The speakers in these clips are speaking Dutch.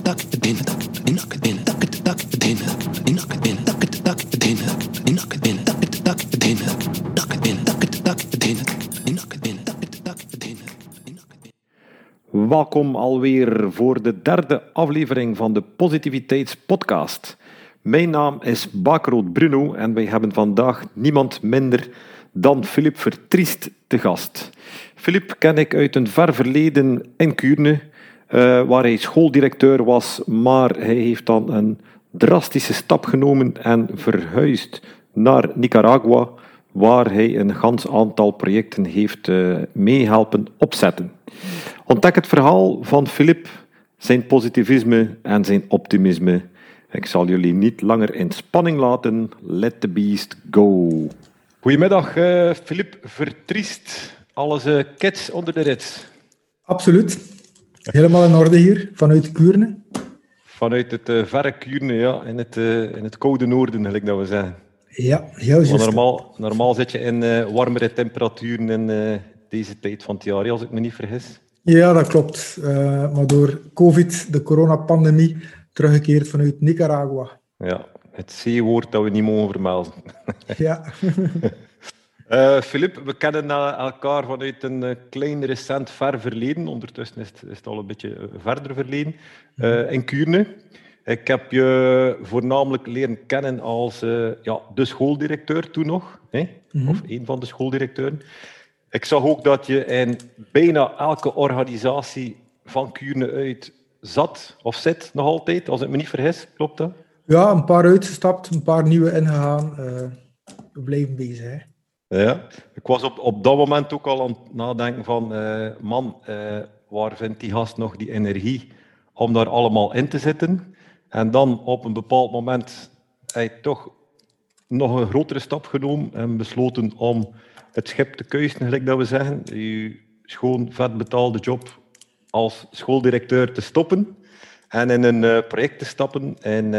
Welkom alweer voor de derde aflevering van de Positiviteitspodcast. Mijn naam is Bakrood Bruno en wij hebben vandaag niemand minder dan Filip Vertriest te gast. Filip ken ik uit een ver verleden in Kuurne, waar hij schooldirecteur was, maar hij heeft dan een drastische stap genomen en verhuisd naar Nicaragua, waar hij een gans aantal projecten heeft meehelpen opzetten. Ontdek het verhaal van Filip, zijn positivisme en zijn optimisme. Ik zal jullie niet langer in spanning laten. Let the beast go. Goedemiddag, Filip Vertriest. Alles kids onder de rit? Absoluut. Helemaal in orde hier, vanuit Kuurne. Vanuit het verre Kuurne, ja, in het koude noorden, gelijk dat we zeggen. Ja, heel juist. Normaal zit je in warmere temperaturen in deze tijd van het jaar, als ik me niet vergis. Ja, dat klopt. Maar door COVID, de coronapandemie, teruggekeerd vanuit Nicaragua. Ja, het C-woord dat we niet mogen vermelden. Ja. Filip, we kennen elkaar vanuit een klein, recent, ver verleden. Ondertussen is het al een beetje verder verleden. In Kuurne. Ik heb je voornamelijk leren kennen als de schooldirecteur toen nog. Hè? Mm-hmm. Of een van de schooldirecteuren. Ik zag ook dat je in bijna elke organisatie van Kuurne uit zat, of zit nog altijd, als ik me niet vergis. Klopt dat? Ja, een paar uitgestapt, een paar nieuwe ingegaan. We blijven bezig, hè. Ja, ik was op dat moment ook al aan het nadenken van, waar vindt die gast nog die energie om daar allemaal in te zitten? En dan op een bepaald moment heb je toch nog een grotere stap genomen en besloten om het schip te kuisen, gelijk dat we zeggen. Je schoon vet betaalde job als schooldirecteur te stoppen en in een project te stappen in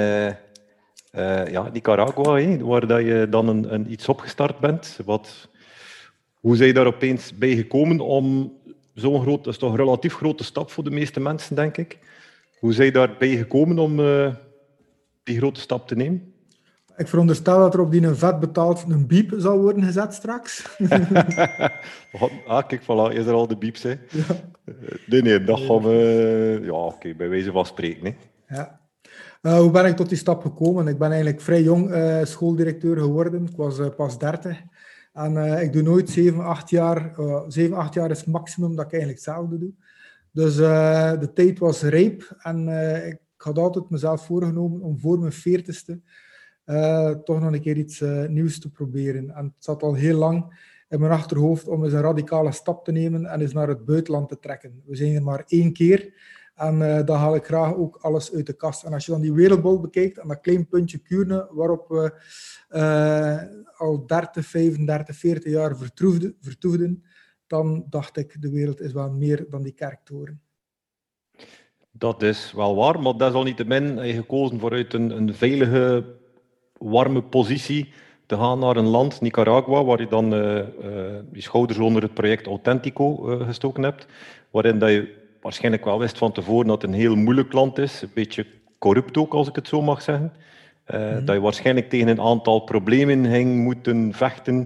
Nicaragua, waar dat je dan iets opgestart bent. Hoe zijn je daar opeens bij gekomen om zo'n groot, dat is toch een relatief grote stap voor de meeste mensen, denk ik. Hoe zijn je daarbij gekomen om die grote stap te nemen? Ik veronderstel dat er op die vet betaald een biep zal worden gezet straks. Kijk, voilà, is er al de bieps, hè? Ja. Nee, dat gaan we... bij wijze van spreken, hè. Ja. Hoe ben ik tot die stap gekomen? Ik ben eigenlijk vrij jong schooldirecteur geworden. Ik was pas 30. En ik doe nooit 7, 8 jaar. 7, 8 jaar is het maximum dat ik eigenlijk hetzelfde doe. Dus de tijd was rijp. En ik had altijd mezelf voorgenomen om voor mijn 40ste toch nog een keer iets nieuws te proberen. En het zat al heel lang in mijn achterhoofd om eens een radicale stap te nemen en eens naar het buitenland te trekken. We zijn er maar 1 keer. En dan haal ik graag ook alles uit de kast. En als je dan die wereldbol bekijkt, en dat klein puntje Kuurne, waarop we al 30, 35, 40 jaar vertoefden, dan dacht ik, de wereld is wel meer dan die kerktoren. Dat is wel waar, maar desalniettemin heb je gekozen vooruit een veilige, warme positie te gaan naar een land, Nicaragua, waar je dan je schouders onder het project Authentico gestoken hebt, waarin dat je waarschijnlijk wel wist van tevoren dat het een heel moeilijk land is, een beetje corrupt ook, als ik het zo mag zeggen. Dat je waarschijnlijk tegen een aantal problemen ging moeten vechten.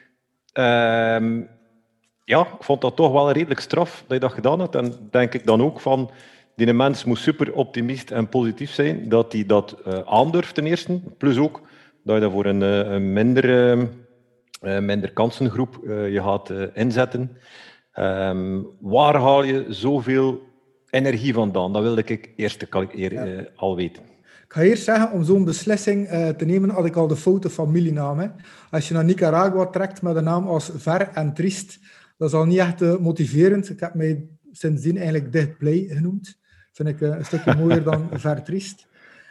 Ik vond dat toch wel redelijk straf dat je dat gedaan hebt. En denk ik dan ook van, die mens moet super optimist en positief zijn, dat hij dat aandurft ten eerste. Plus ook dat je dat voor een minder kansengroep je gaat inzetten. Waar haal je zoveel energie vandaan? Dat wilde ik eerst al weten. Ik ga eerst zeggen, om zo'n beslissing te nemen, had ik al de foute familienaam. Hè. Als je naar Nicaragua trekt met een naam als Ver en Triest, dat is al niet echt motiverend. Ik heb mij sindsdien eigenlijk Dicht Blij genoemd. Vind ik een stukje mooier dan Ver Triest.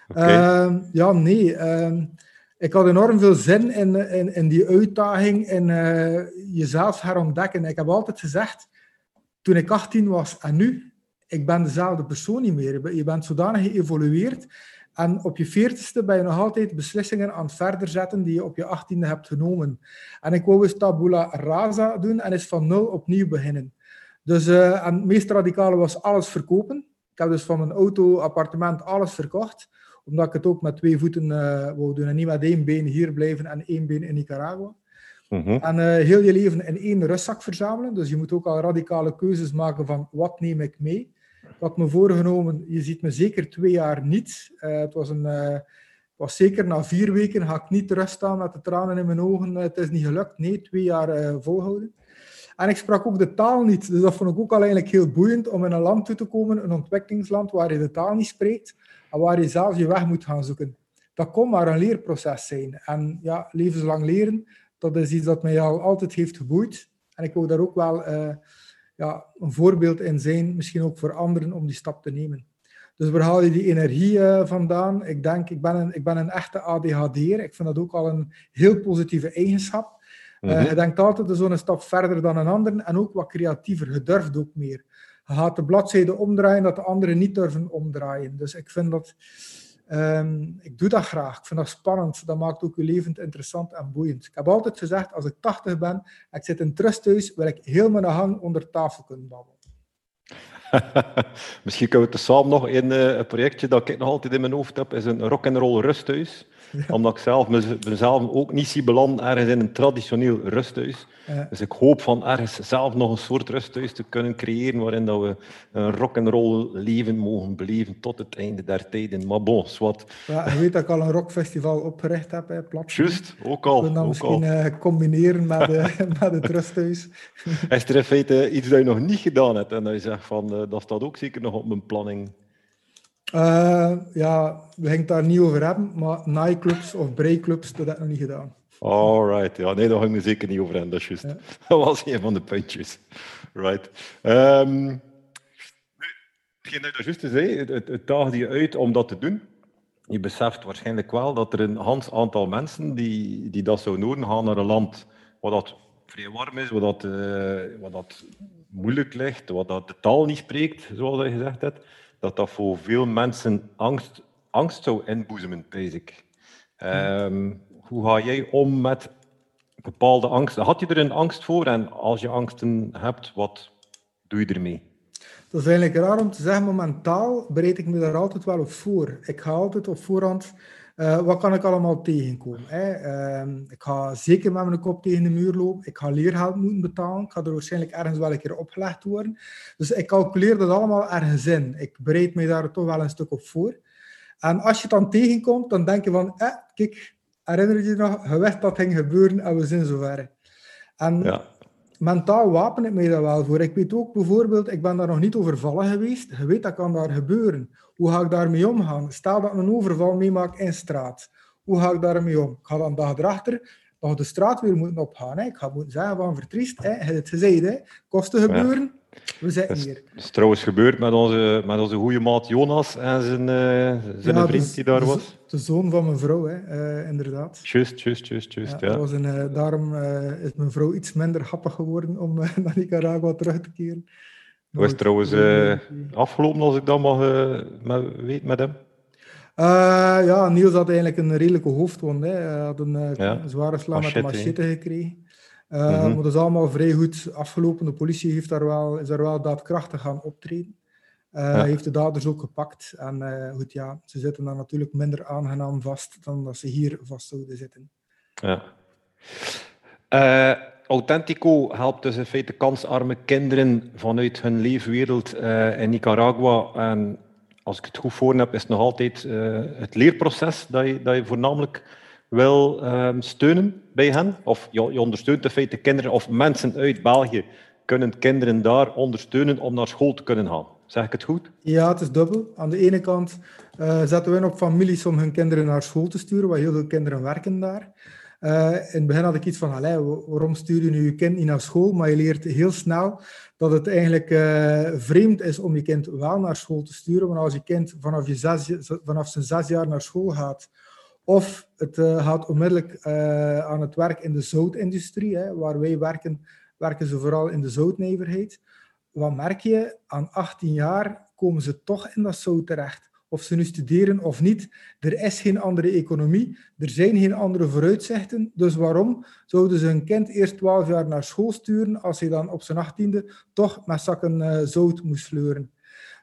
Okay. Ik had enorm veel zin in die uitdaging, in jezelf herontdekken. Ik heb altijd gezegd, toen ik 18 was en nu, ik ben dezelfde persoon niet meer. Je bent zodanig geëvolueerd. En op je 40ste ben je nog altijd beslissingen aan het verder zetten die je op je 18e hebt genomen. En ik wou eens tabula rasa doen en eens van 0 opnieuw beginnen. Dus en het meest radicale was alles verkopen. Ik heb dus van mijn auto, appartement, alles verkocht. Omdat ik het ook met 2 voeten wou doen. En niet met 1 been hier blijven en 1 been in Nicaragua. En heel je leven in 1 rugzak verzamelen. Dus je moet ook al radicale keuzes maken van wat neem ik mee. Ik had me voorgenomen, je ziet me zeker 2 jaar niet. Het was zeker na 4 weken ga ik niet terugstaan met de tranen in mijn ogen. Het is niet gelukt. Nee, 2 jaar volhouden. En ik sprak ook de taal niet. Dus dat vond ik ook al eigenlijk heel boeiend om in een land toe te komen, een ontwikkelingsland waar je de taal niet spreekt en waar je zelf je weg moet gaan zoeken. Dat kon maar een leerproces zijn. En ja, levenslang leren, dat is iets dat mij al altijd heeft geboeid. En ik wil daar ook wel een voorbeeld in zijn, misschien ook voor anderen, om die stap te nemen. Dus waar haal je die energie vandaan? Ik denk, ik ben een echte ADHD'er. Ik vind dat ook al een heel positieve eigenschap. Je denkt altijd zo'n stap verder dan een ander en ook wat creatiever. Je durft ook meer. Je gaat de bladzijde omdraaien dat de anderen niet durven omdraaien. Dus ik vind dat... ik doe dat graag. Ik vind dat spannend. Dat maakt ook je leven interessant en boeiend. Ik heb altijd gezegd, als ik 80 ben en ik zit in het rusthuis, wil ik heel mijn hang onder tafel kunnen babbelen. Misschien kunnen we het samen nog in een projectje dat ik nog altijd in mijn hoofd heb, is een rock'n'roll rusthuis. Ja. Omdat ik zelf mezelf ook niet zie belanden ergens in een traditioneel rusthuis. Ja. Dus ik hoop van ergens zelf nog een soort rusthuis te kunnen creëren waarin dat we een rock'n'roll leven mogen beleven tot het einde der tijden. Maar bon, zwart. Ja, je weet dat ik al een rockfestival opgericht heb. Juist, ook al. We kunnen dat misschien combineren met het rusthuis. Is er in feite iets dat je nog niet gedaan hebt en dat je zegt van dat staat ook zeker nog op mijn planning? Ja, we gaan het daar niet over hebben, maar nightclubs of breakclubs, dat heb ik nog niet gedaan. Alright, ja, nee, daar gaan we zeker niet over hebben, dat is juist. Ja. Dat was een van de puntjes. Right. Hetgeen dat je juist zei, het daagde je uit om dat te doen. Je beseft waarschijnlijk wel dat er een hans aantal mensen die dat zo nodig gaan naar een land waar dat vrij warm is, waar dat moeilijk ligt, waar dat de taal niet spreekt, zoals je gezegd hebt, dat voor veel mensen angst zou inboezemen, vrees ik. Hoe ga jij om met bepaalde angsten? Had je er een angst voor? En als je angsten hebt, wat doe je ermee? Dat is eigenlijk raar om te zeggen, maar mentaal bereid ik me daar altijd wel op voor. Ik ga altijd op voorhand... wat kan ik allemaal tegenkomen? Ik ga zeker met mijn kop tegen de muur lopen. Ik ga leergeld moeten betalen. Ik ga er waarschijnlijk ergens wel een keer opgelegd worden. Dus ik calculeer dat allemaal ergens in. Ik bereid me daar toch wel een stuk op voor. En als je het dan tegenkomt, dan denk je van... kijk, herinner je je nog? Je wist dat ging gebeuren en we zijn zover. En... Ja. Mentaal wapen ik mij daar wel voor. Ik weet ook bijvoorbeeld, ik ben daar nog niet overvallen geweest. Je weet, dat kan daar gebeuren. Hoe ga ik daarmee omgaan? Stel dat ik een overval meemaak in straat. Hoe ga ik daarmee om? Ik ga dan de dag erachter nog de straat weer moeten opgaan. Hè. Ik ga moeten zeggen van vertriest. Hè. Je hebt het gezegd, hè. Kosten gebeuren. Ja. We zitten hier. Dat is trouwens gebeurd met onze goede maat Jonas en zijn vriend die daar was. De zoon van mijn vrouw, hè. Inderdaad. Juist. Ja. Daarom is mijn vrouw iets minder happig geworden om naar Nicaragua terug te keren. Hoe is het trouwens afgelopen, als ik dat mag weten met hem? Niels had eigenlijk een redelijke hoofdwond. Hè. Hij had een zware slag met een machete gekregen. Maar dat is allemaal vrij goed afgelopen. De politie is daar wel daadkrachtig gaan optreden. Heeft de daders ook gepakt. En ze zitten daar natuurlijk minder aangenaam vast dan dat ze hier vast zouden zitten. Ja. Authentico helpt dus in feite kansarme kinderen vanuit hun leefwereld in Nicaragua. En als ik het goed voor heb, is het nog altijd het leerproces dat je voornamelijk wil steunen bij hen. Of je ondersteunt in feite kinderen of mensen uit België kunnen kinderen daar ondersteunen om naar school te kunnen gaan. Zeg ik het goed? Ja, het is dubbel. Aan de ene kant zetten we in op families om hun kinderen naar school te sturen, want heel veel kinderen werken daar. In het begin had ik iets van, waarom stuur je nu je kind niet naar school? Maar je leert heel snel dat het eigenlijk vreemd is om je kind wel naar school te sturen. Want als je kind vanaf zijn 6 jaar naar school gaat, of het gaat onmiddellijk aan het werk in de zoutindustrie, waar wij werken ze vooral in de zoutnijverheid. Wat merk je? Aan 18 jaar komen ze toch in dat zout terecht. Of ze nu studeren of niet, er is geen andere economie, er zijn geen andere vooruitzichten. Dus waarom zouden ze hun kind eerst 12 jaar naar school sturen als hij dan op zijn 18e toch met zakken zout moest sleuren?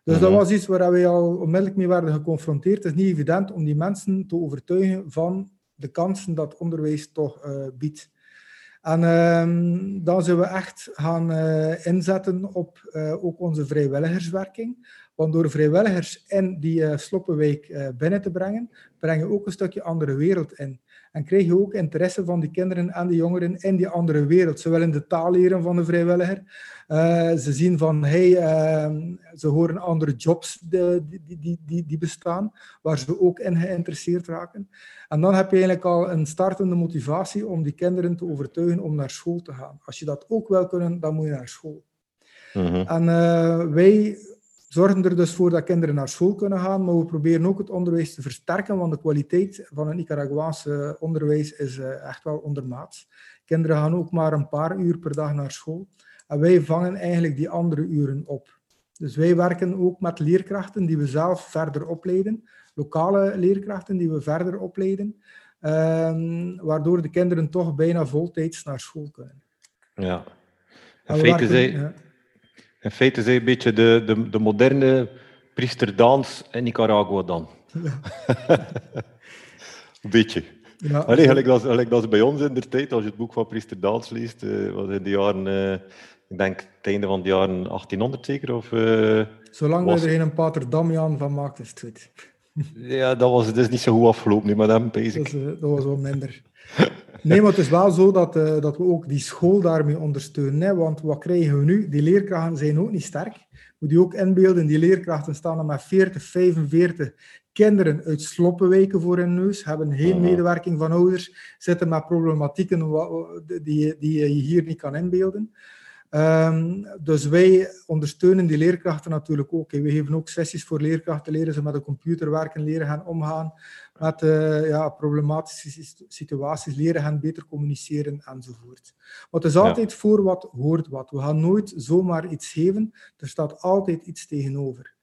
Dus dat was iets waar wij al onmiddellijk mee werden geconfronteerd. Het is niet evident om die mensen te overtuigen van de kansen dat onderwijs toch biedt. En dan zullen we echt gaan inzetten op ook onze vrijwilligerswerking. Want door vrijwilligers in die sloppenwijk binnen te brengen, breng je ook een stukje andere wereld in. En krijg je ook interesse van die kinderen en die jongeren in die andere wereld. Ze willen de taal leren van de vrijwilliger. Ze zien van, ze horen andere jobs die bestaan, waar ze ook in geïnteresseerd raken. En dan heb je eigenlijk al een startende motivatie om die kinderen te overtuigen om naar school te gaan. Als je dat ook wil kunnen, dan moet je naar school. En wij zorgen er dus voor dat kinderen naar school kunnen gaan, maar we proberen ook het onderwijs te versterken, want de kwaliteit van het Nicaraguaanse onderwijs is echt wel ondermaats. Kinderen gaan ook maar een paar uur per dag naar school en wij vangen eigenlijk die andere uren op. Dus wij werken ook met leerkrachten die we zelf verder opleiden, lokale leerkrachten die we verder opleiden, waardoor de kinderen toch bijna voltijds naar school kunnen. Ja. In feite zijn een beetje de moderne priesterdans in Nicaragua dan. Ja. Een beetje. Ja, gelijk dat is bij ons in de tijd, als je het boek van Priester Daans leest, was in de jaren, ik denk het einde van de jaren 1800 zeker? Of, zolang er geen pater Damian van maakt, is het goed. Ja, dat is niet zo goed afgelopen nu met hem, basic. Dat was wel minder. Nee, maar het is wel zo dat we ook die school daarmee ondersteunen. Hè? Want wat krijgen we nu? Die leerkrachten zijn ook niet sterk. Moet je ook inbeelden, die leerkrachten staan er met 40, 45 kinderen uit sloppenwijken voor hun neus, hebben geen medewerking van ouders, zitten met problematieken die je hier niet kan inbeelden. Dus wij ondersteunen die leerkrachten natuurlijk ook. We geven ook sessies voor leerkrachten, leren ze met de computer werken, leren gaan omgaan met problematische situaties, leren gaan beter communiceren enzovoort. Maar het is altijd voor wat hoort wat. We gaan nooit zomaar iets geven, er staat altijd iets tegenover.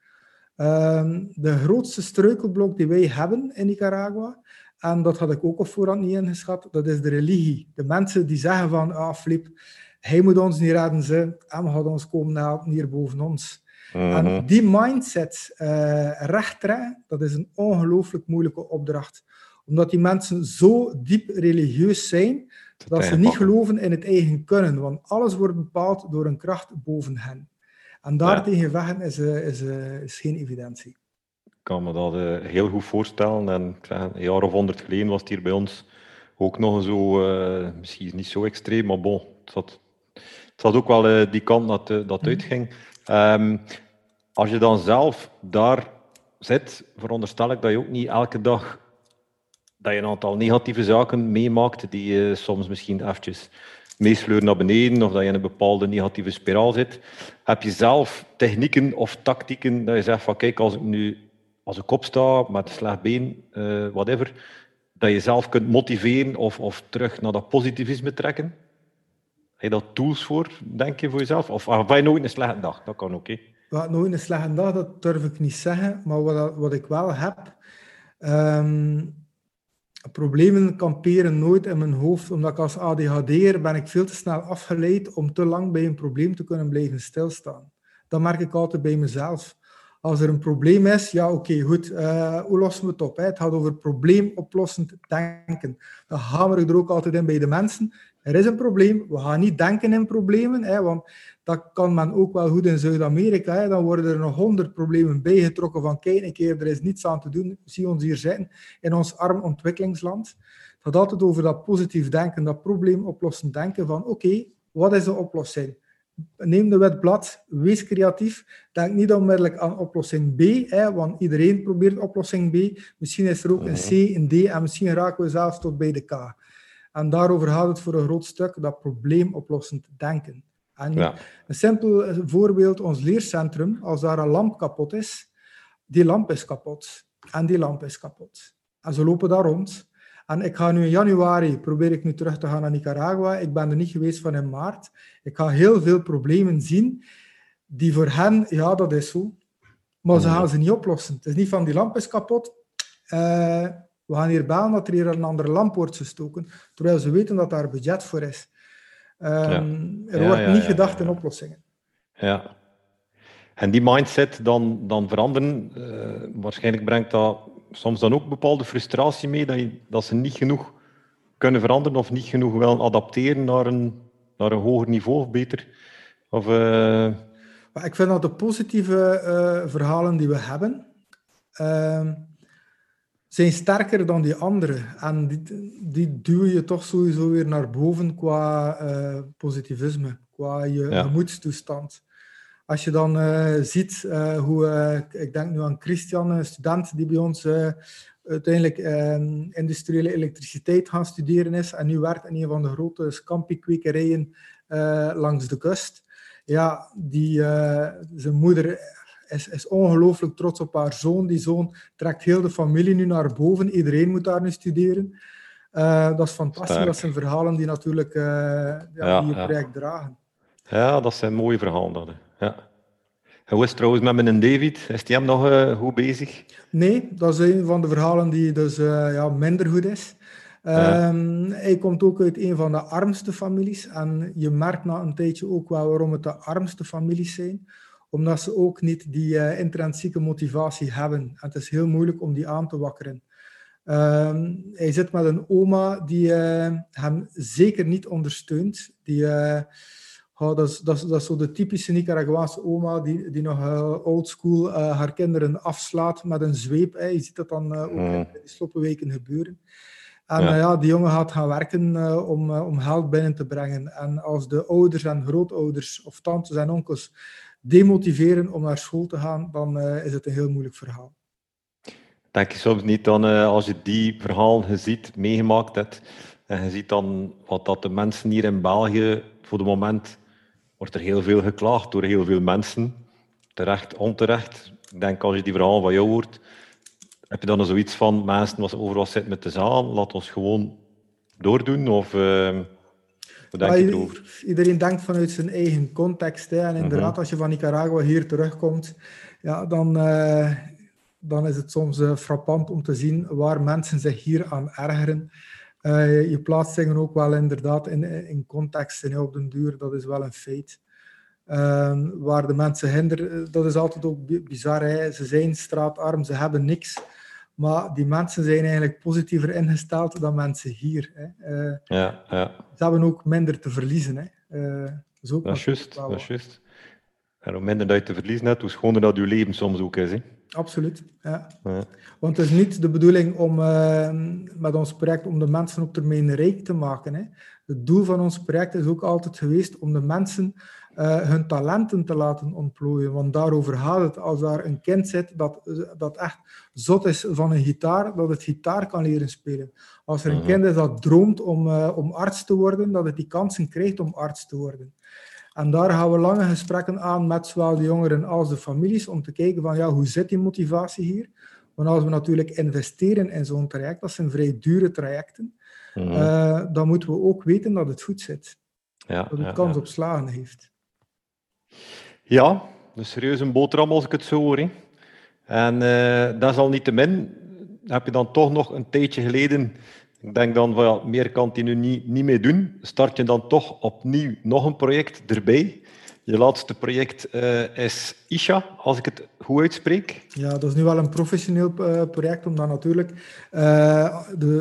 De grootste struikelblok die wij hebben in Nicaragua, en dat had ik ook op voorhand niet ingeschat, dat is de religie. De mensen die zeggen van, Filip, hij moet ons niet redden, en we gaan ons komen helpen hier boven ons. En die mindset recht trekken, dat is een ongelooflijk moeilijke opdracht. Omdat die mensen zo diep religieus zijn, dat ze niet geloven in het eigen kunnen. Want alles wordt bepaald door een kracht boven hen. En daartegen vechten is geen evidentie. Ik kan me dat heel goed voorstellen. En een jaar of 100 geleden was het hier bij ons ook nog zo, misschien niet zo extreem, maar bon, het zat ook wel die kant dat uitging. Als je dan zelf daar zit, veronderstel ik dat je ook niet elke dag dat je een aantal negatieve zaken meemaakt die soms misschien eventjes meesleuren naar beneden of dat je in een bepaalde negatieve spiraal zit. Heb je zelf technieken of tactieken dat je zegt van kijk, als ik nu als ik opsta met een slecht been, whatever, dat je zelf kunt motiveren of terug naar dat positivisme trekken? Heb je daar tools voor, denk je, voor jezelf? Of heb je nooit een slechte dag? Dat kan ook, hè? Nooit een slechte dag, dat durf ik niet zeggen. Maar wat ik wel heb... problemen kamperen nooit in mijn hoofd, omdat ik als ADHD'er ben ik veel te snel afgeleid om te lang bij een probleem te kunnen blijven stilstaan. Dat merk ik altijd bij mezelf. Als er een probleem is, ja oké, goed, hoe lossen we het op? Hè? Het gaat over probleemoplossend denken. Dan hamer ik er ook altijd in bij de mensen. Er is een probleem, we gaan niet denken in problemen, hè, want dat kan men ook wel goed in Zuid-Amerika. Hè. Dan worden er nog 100 problemen bijgetrokken van kijk een keer, er is niets aan te doen. Zie ons hier zitten in ons arm ontwikkelingsland. Het gaat altijd over dat positief denken, dat probleemoplossend denken van oké, wat is de oplossing? Neem de wit blad, wees creatief. Denk niet onmiddellijk aan oplossing B, hè, want iedereen probeert oplossing B. Misschien is er ook een C, een D en misschien raken we zelfs tot bij de K. En daarover gaat het voor een groot stuk, dat probleemoplossend denken. En een simpel voorbeeld, ons leercentrum, als daar een lamp kapot is, die lamp is kapot. En die lamp is kapot. En ze lopen daar rond. En ik ga nu in januari, probeer ik nu terug te gaan naar Nicaragua. Ik ben er niet geweest van in maart. Ik ga heel veel problemen zien, die voor hen, ja, dat is zo. Maar ze gaan ze niet oplossen. Het is niet van, die lamp is kapot. We gaan hier bellen dat er hier een andere lamp wordt gestoken, terwijl ze weten dat daar budget voor is. Er wordt niet gedacht in oplossingen. Ja. En die mindset dan veranderen, waarschijnlijk brengt dat soms dan ook bepaalde frustratie mee, dat ze niet genoeg kunnen veranderen of niet genoeg willen adapteren naar een hoger niveau of beter. Of, Maar ik vind dat de positieve verhalen die we hebben, zijn sterker dan die andere. En die duwen je toch sowieso weer naar boven qua positivisme, qua je gemoedstoestand. Als je dan ziet hoe, ik denk nu aan Christian, een student die bij ons uiteindelijk industriële elektriciteit gaan studeren is en nu werkt in een van de grote scampi-kwekerijen langs de kust. Ja, zijn moeder is ongelooflijk trots op haar zoon. Die zoon trekt heel de familie nu naar boven. Iedereen moet daar nu studeren. Dat is fantastisch. Sterk. Dat zijn verhalen die natuurlijk die je project dragen. Ja, dat zijn mooie verhalen. Dat, ja. En hoe is het trouwens met mijn David? Is die hem nog goed bezig? Nee, dat is een van de verhalen die dus minder goed is. Hij komt ook uit een van de armste families. En je merkt na een tijdje ook wel waarom het de armste families zijn. Omdat ze ook niet die intrinsieke motivatie hebben. En het is heel moeilijk om die aan te wakkeren. Hij zit met een oma die hem zeker niet ondersteunt. Dat is zo de typische Nicaraguaanse oma die nog oldschool haar kinderen afslaat met een zweep. Je ziet dat dan ook in die sloppenwijken gebeuren. En die jongen gaat gaan werken om geld binnen te brengen. En als de ouders en grootouders of tantes en onkels demotiveren om naar school te gaan, dan is het een heel moeilijk verhaal. Denk je soms niet dan, als je die verhalen ziet, meegemaakt hebt, en je ziet dan wat dat de mensen hier in België, voor het moment wordt er heel veel geklaagd door heel veel mensen, terecht, onterecht. Ik denk, als je die verhalen van jou hoort, heb je dan zoiets van, mensen was overal zitten met de zaal, laat ons gewoon doordoen, of wat denk je erover? Iedereen denkt vanuit zijn eigen context, hè. En inderdaad, als je van Nicaragua hier terugkomt, ja, dan is het soms frappant om te zien waar mensen zich hier aan ergeren. Je plaatst dingen ook wel inderdaad in contexten op den duur, dat is wel een feit. Waar de mensen hinderen, dat is altijd ook bizar. Hè. Ze zijn straatarm, ze hebben niks. Maar die mensen zijn eigenlijk positiever ingesteld dan mensen hier. Hè. Ze hebben ook minder te verliezen. Hè. Dat is juist. En hoe minder dat je te verliezen hebt, hoe schoner dat je leven soms ook is. Hè. Absoluut, ja. Want het is niet de bedoeling om met ons project om de mensen op termijn rijk te maken. Hè. Het doel van ons project is ook altijd geweest om de mensen hun talenten te laten ontplooien. Want daarover gaat het. Als daar een kind zit dat echt zot is van een gitaar, dat het gitaar kan leren spelen. Als er een kind is dat droomt om arts te worden, dat het die kansen krijgt om arts te worden. En daar gaan we lange gesprekken aan met zowel de jongeren als de families, om te kijken van, hoe zit die motivatie hier? Want als we natuurlijk investeren in zo'n traject, dat zijn vrij dure trajecten, dan moeten we ook weten dat het goed zit. Dat het kans op slagen heeft. Ja, dus serieus een boterham als ik het zo hoor. Hè. En dat is al niet te min. Heb je dan toch nog een tijdje geleden, ik denk dan van meer kan hij nu niet mee doen, start je dan toch opnieuw nog een project erbij. Je laatste project is Isha, als ik het goed uitspreek. Ja, dat is nu wel een professioneel project, omdat natuurlijk de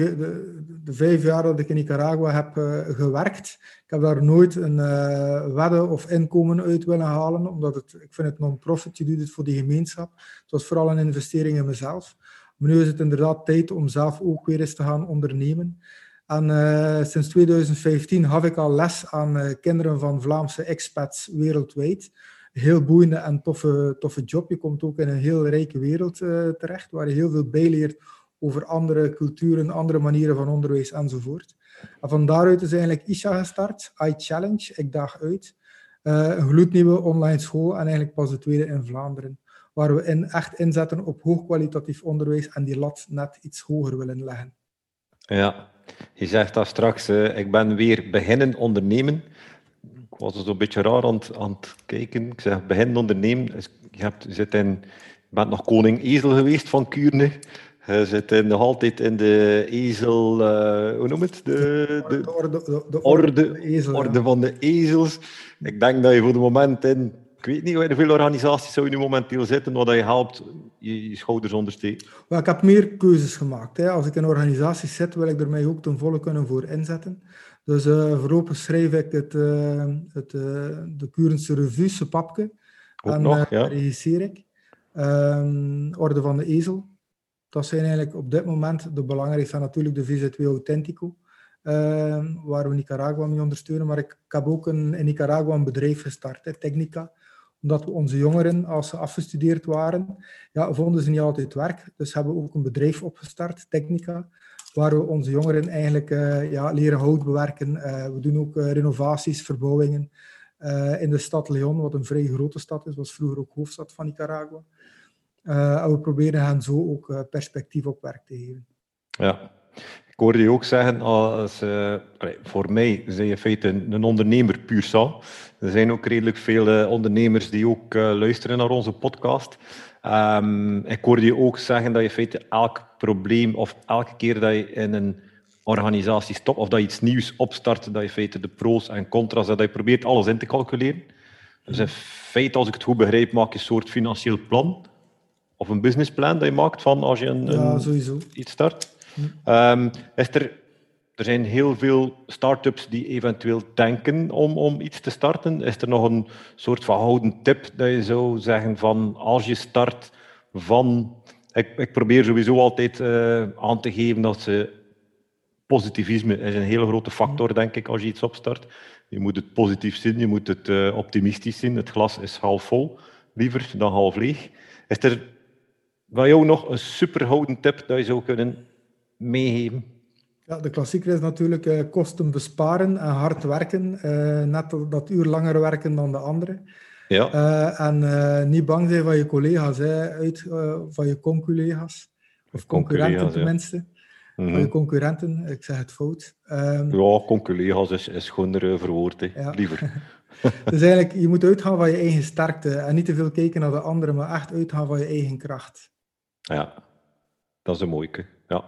5 jaar dat ik in Nicaragua heb gewerkt, ik heb daar nooit een wedden of inkomen uit willen halen, omdat ik vind het non-profit, je doet het voor die gemeenschap. Het was vooral een investering in mezelf. Maar nu is het inderdaad tijd om zelf ook weer eens te gaan ondernemen. En sinds 2015 gaf ik al les aan kinderen van Vlaamse expats wereldwijd. Heel boeiende en toffe job. Je komt ook in een heel rijke wereld terecht, waar je heel veel bijleert over andere culturen, andere manieren van onderwijs enzovoort. En van daaruit is eigenlijk Isha gestart, iChallenge, ik daag uit. Een gloednieuwe online school en eigenlijk pas de tweede in Vlaanderen, waar we echt inzetten op hoogkwalitatief onderwijs en die lat net iets hoger willen leggen. Ja, je zegt dat straks, ik ben weer beginnen ondernemen. Ik was dus een beetje raar aan het kijken. Ik zeg beginnen ondernemen. Je bent nog koning ezel geweest van Kuurne. Je zit nog altijd in de ezel... hoe noem het? De orde van de ezels. Ik denk dat je voor het moment in Ik weet niet, in hoeveel organisaties zou je nu momenteel zitten, wat je helpt je schouders ondersteken? Maar ik heb meer keuzes gemaakt. Hè. Als ik in organisaties zit, wil ik er mij ook ten volle kunnen voor inzetten. Dus voorlopig schrijf ik de Kurense Revue, papke, Ook en nog, ja. regisseer ik. Orde van de Ezel. Dat zijn eigenlijk op dit moment de belangrijkste, en natuurlijk de VZ2 Authentico, waar we Nicaragua mee ondersteunen. Maar ik heb ook in Nicaragua een bedrijf gestart, hè, Technica, omdat we onze jongeren, als ze afgestudeerd waren, ja, vonden ze niet altijd werk. Dus hebben we ook een bedrijf opgestart, Technica, waar we onze jongeren eigenlijk leren hout bewerken. We doen ook renovaties, verbouwingen in de stad León, wat een vrij grote stad is, was vroeger ook hoofdstad van Nicaragua. En we proberen hen zo ook perspectief op werk te geven. Ja. Ik hoorde je ook zeggen, voor mij zijn je in feite een ondernemer puur sang. Er zijn ook redelijk veel ondernemers die ook luisteren naar onze podcast. Ik hoorde je ook zeggen dat je in feite elk probleem of elke keer dat je in een organisatie stopt of dat je iets nieuws opstart, dat je in feite de pro's en contra's, dat je probeert alles in te calculeren. Dus in feite, als ik het goed begrijp, maak je een soort financieel plan of een businessplan dat je maakt van als je Sowieso. iets start. Er zijn heel veel start-ups die eventueel denken om iets te starten. Is er nog een soort van gouden tip dat je zou zeggen van als je start van... Ik probeer sowieso altijd aan te geven dat positivisme is een hele grote factor, denk ik, als je iets opstart. Je moet het positief zien, je moet het optimistisch zien. Het glas is half vol, liever dan half leeg. Is er van jou nog een superhouden tip dat je zou kunnen meegeven? Ja, de klassieker is natuurlijk kosten besparen en hard werken. Net dat uur langer werken dan de anderen. Ja. En niet bang zijn van je collega's, van je conculega's. Of concurrenten tenminste. Ja. Van je concurrenten, ik zeg het fout. Ja, conculega's is schoner verwoord, ja. Liever. Dus eigenlijk, je moet uitgaan van je eigen sterkte en niet te veel kijken naar de anderen, maar echt uitgaan van je eigen kracht. Ja, dat is een mooie. Ja.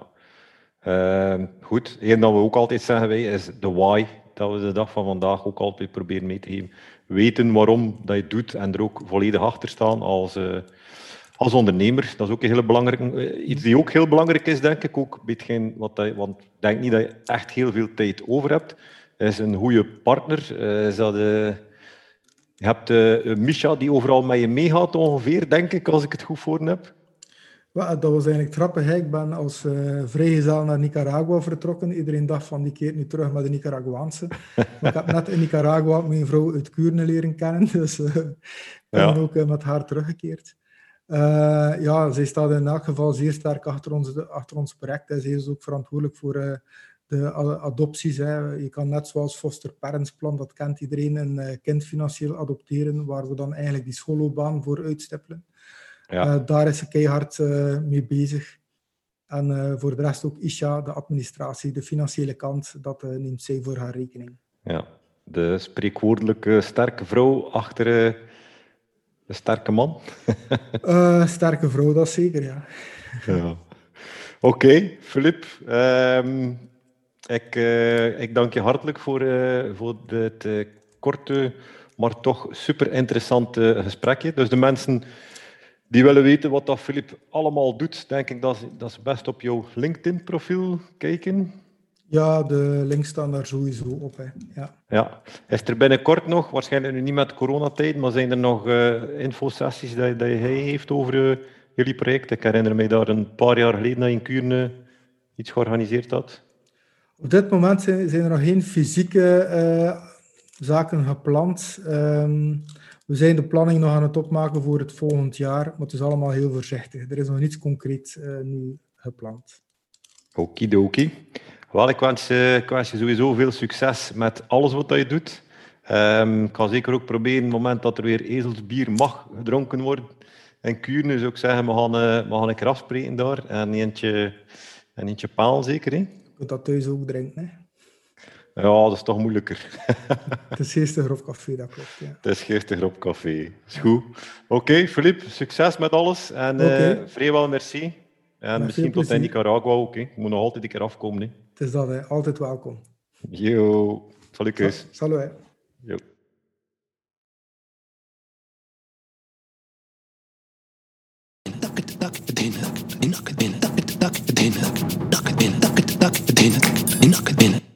Goed, één dat we ook altijd zeggen wij, is de why, dat we de dag van vandaag ook altijd proberen mee te geven. Weten waarom dat je het doet en er ook volledig achter staan als ondernemer. Dat is ook een hele belangrijke, iets die ook heel belangrijk is, denk ik. Ook want ik denk niet dat je echt heel veel tijd over hebt. Is een goede partner. Je hebt Misha die overal met je meegaat ongeveer, denk ik, als ik het goed voor heb. Ja, dat was eigenlijk grappig. Hè? Ik ben als vrijgezel naar Nicaragua vertrokken. Iedereen dacht van, die keert nu terug met de Nicaraguaanse. Maar ik heb net in Nicaragua mijn vrouw uit Kuurne leren kennen. Dus ik ben ook met haar teruggekeerd. Zij staat in elk geval zeer sterk achter ons project. Zij is ook verantwoordelijk voor de adopties. Hè. Je kan net zoals Foster Parents Plan, dat kent iedereen, een kind financieel adopteren, waar we dan eigenlijk die schoolloopbaan voor uitstippelen. Ja. Daar is ze keihard mee bezig. En voor de rest ook Isha, de administratie, de financiële kant, dat neemt zij voor haar rekening. Ja, de spreekwoordelijke sterke vrouw achter de sterke man. Sterke vrouw, dat zeker, ja. Ja. Oké, Filip. Ik dank je hartelijk voor dit korte, maar toch super interessante gesprekje. Dus de mensen die willen weten wat dat Filip allemaal doet, denk ik dat ze best op jouw LinkedIn-profiel kijken. Ja, de links staan daar sowieso op. Hè. Ja. Is er binnenkort nog, waarschijnlijk nu niet met coronatijd, maar zijn er nog infosessies dat hij heeft over jullie project? Ik herinner me daar een paar jaar geleden dat je in Kuurne iets georganiseerd had. Op dit moment zijn er nog geen fysieke zaken gepland. We zijn de planning nog aan het opmaken voor het volgend jaar, maar het is allemaal heel voorzichtig. Er is nog niets concreet nu gepland. Okidoki. Wel, ik wens je sowieso veel succes met alles wat je doet. Ik ga zeker ook proberen, op het moment dat er weer ezelsbier mag gedronken worden in Kuurne, zou ik zeggen, we gaan een keer afspreken daar. En eentje paal zeker, hè? Je kunt dat thuis ook drinken, hè? Ja, dat is toch moeilijker. Het is geestig op café, dat klopt. Ja. Het is geestig op café. Is goed. Oké, Filip, succes met alles. En vrijwel merci. En met misschien tot in Nicaragua ook. Hè. Je moet nog altijd een keer afkomen. Hè. Het is dat, hè. Altijd welkom. Yo, salut. Salut. Yo. in